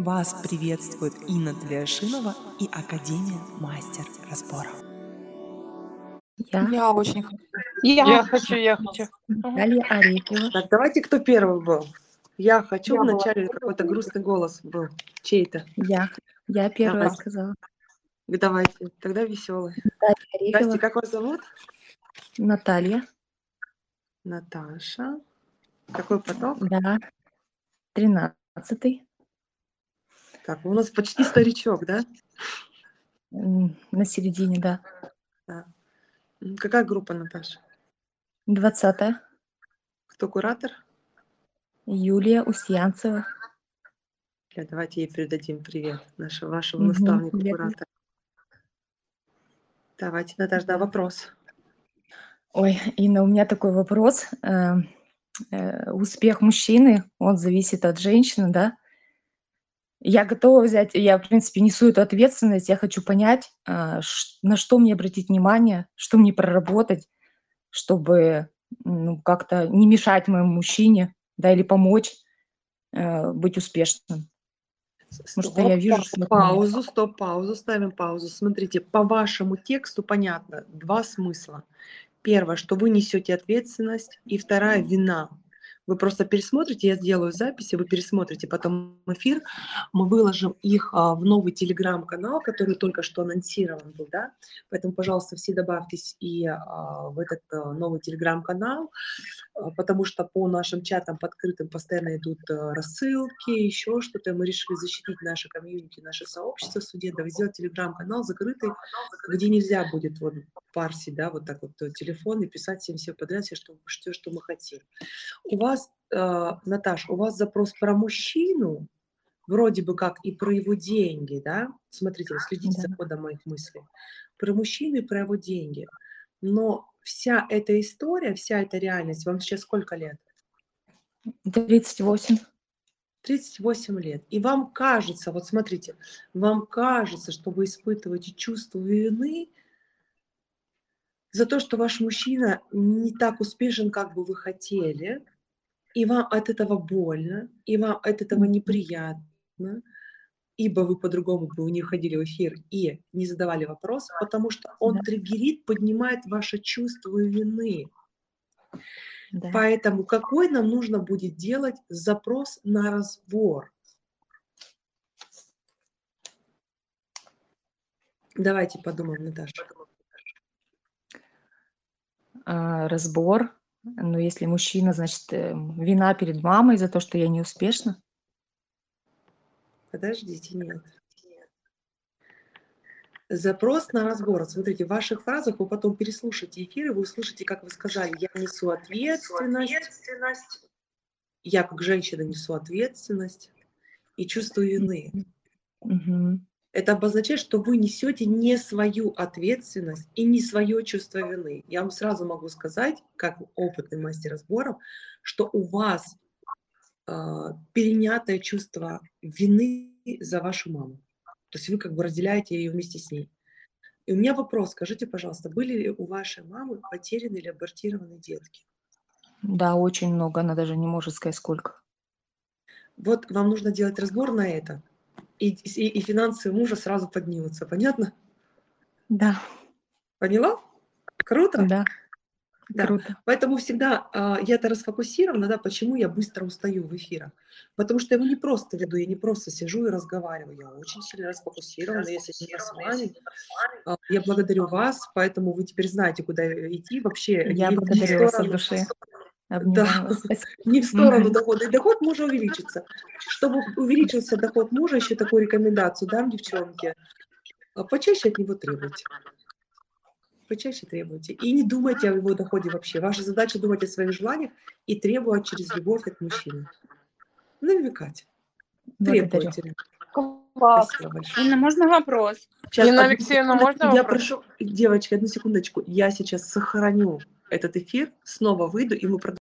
Вас приветствует Инна Тлешинова и Академия Мастер Разборов. Я, Я очень хочу. Я хочу. Наталья Арефьева. Так, давайте, кто первый был? Я хочу. Я Вначале какой-то грустный голос был. Чей-то? Я первая Давайте. сказала. Давайте. Тогда веселый. Наталья Здрасте, Арефьева. как вас зовут? Наталья. Наташа. Какой поток? Да. 13-й. Так, у нас почти старичок, да? На середине, да. Да. Какая группа, Наташа? 20-я. Кто куратор? Юлия Устьянцева. Давайте ей передадим привет, вашему наставнику Привет. куратора. Давайте, Наташа, да, вопрос. Ой, Инна, у меня такой вопрос. Успех мужчины, он зависит от женщины, да? Я готова взять, я, в принципе, несу эту ответственность, я хочу понять, на что мне обратить внимание, что мне проработать, чтобы как-то не мешать моему мужчине, да, или помочь быть успешным. Потому что я вижу, что... Паузу, ставим паузу. Смотрите, по вашему тексту понятно, два смысла. Первое, что вы несете ответственность, и вторая – вина. Вы просто пересмотрите, я сделаю записи, вы пересмотрите потом эфир, мы выложим их в новый телеграм-канал, который только что анонсирован был, да, поэтому, пожалуйста, все добавьтесь и в этот новый телеграм-канал, потому что по нашим чатам подкрытым постоянно идут рассылки, еще что-то, мы решили защитить наше комьюнити, наше сообщество студентов, сделать телеграм-канал закрытый, где нельзя будет вот парсить, да, вот так вот телефон и писать всем все подряд, все, что мы хотим. У вас, Наташ, у вас запрос про мужчину, вроде бы как и про его деньги, да? Смотрите, следите за ходом моих мыслей. Про мужчину и про его деньги. Но вся эта история, вся эта реальность, вам сейчас сколько лет? 38. 38 лет. И вам кажется, вот смотрите, вам кажется, что вы испытываете чувство вины за то, что ваш мужчина не так успешен, как бы вы хотели, и вам от этого больно, и вам от этого неприятно, ибо вы по-другому бы не ходили в эфир и не задавали вопрос, потому что он триггерит, поднимает ваше чувство вины. Да. Поэтому какой нам нужно будет делать запрос на разбор? Давайте подумаем, Наташа. Разбор. Но если мужчина, значит, вина перед мамой за то, что я не успешна. Подождите, нет. Запрос на разбор. Смотрите, в ваших фразах вы потом переслушаете эфир, и вы услышите, как вы сказали, я несу ответственность, я как женщина несу ответственность и чувство вины. Это обозначает, что вы несете не свою ответственность и не свое чувство вины. Я вам сразу могу сказать, как опытный мастер разборов, что у вас перенятое чувство вины за вашу маму. То есть вы как бы разделяете ее вместе с ней. И у меня вопрос, скажите, пожалуйста, были ли у вашей мамы потеряны или абортированные детки? Да, очень много, она даже не может сказать сколько. Вот вам нужно делать разбор на это, и финансы мужа сразу поднимутся, понятно? Да. Поняла? Круто? Да. Да. Круто. Поэтому всегда я-то расфокусирована, да, почему я быстро устаю в эфирах. Потому что я его не просто веду, я не просто сижу и разговариваю, я очень сильно расфокусирована, я сейчас с вами. Я благодарю вас, поэтому вы теперь знаете, куда идти. Вообще Я не благодарю вас от души. Обнимаю вас. Не в сторону дохода. И доход мужа увеличится. Чтобы увеличился доход мужа, еще такую рекомендацию дам, девчонки. Почаще от него требуйте. Почаще требуйте. И не думайте о его доходе вообще. Ваша задача думать о своих желаниях и требовать через любовь от мужчины. Намекать. Благодарю. Требуйте. Класс. Спасибо большое. Инна, можно вопрос? Сейчас, Инна одну Алексеевна, секунду. можно Я вопрос? прошу, девочки, одну секундочку. Я сейчас сохраню этот эфир, снова выйду, и мы продолжим.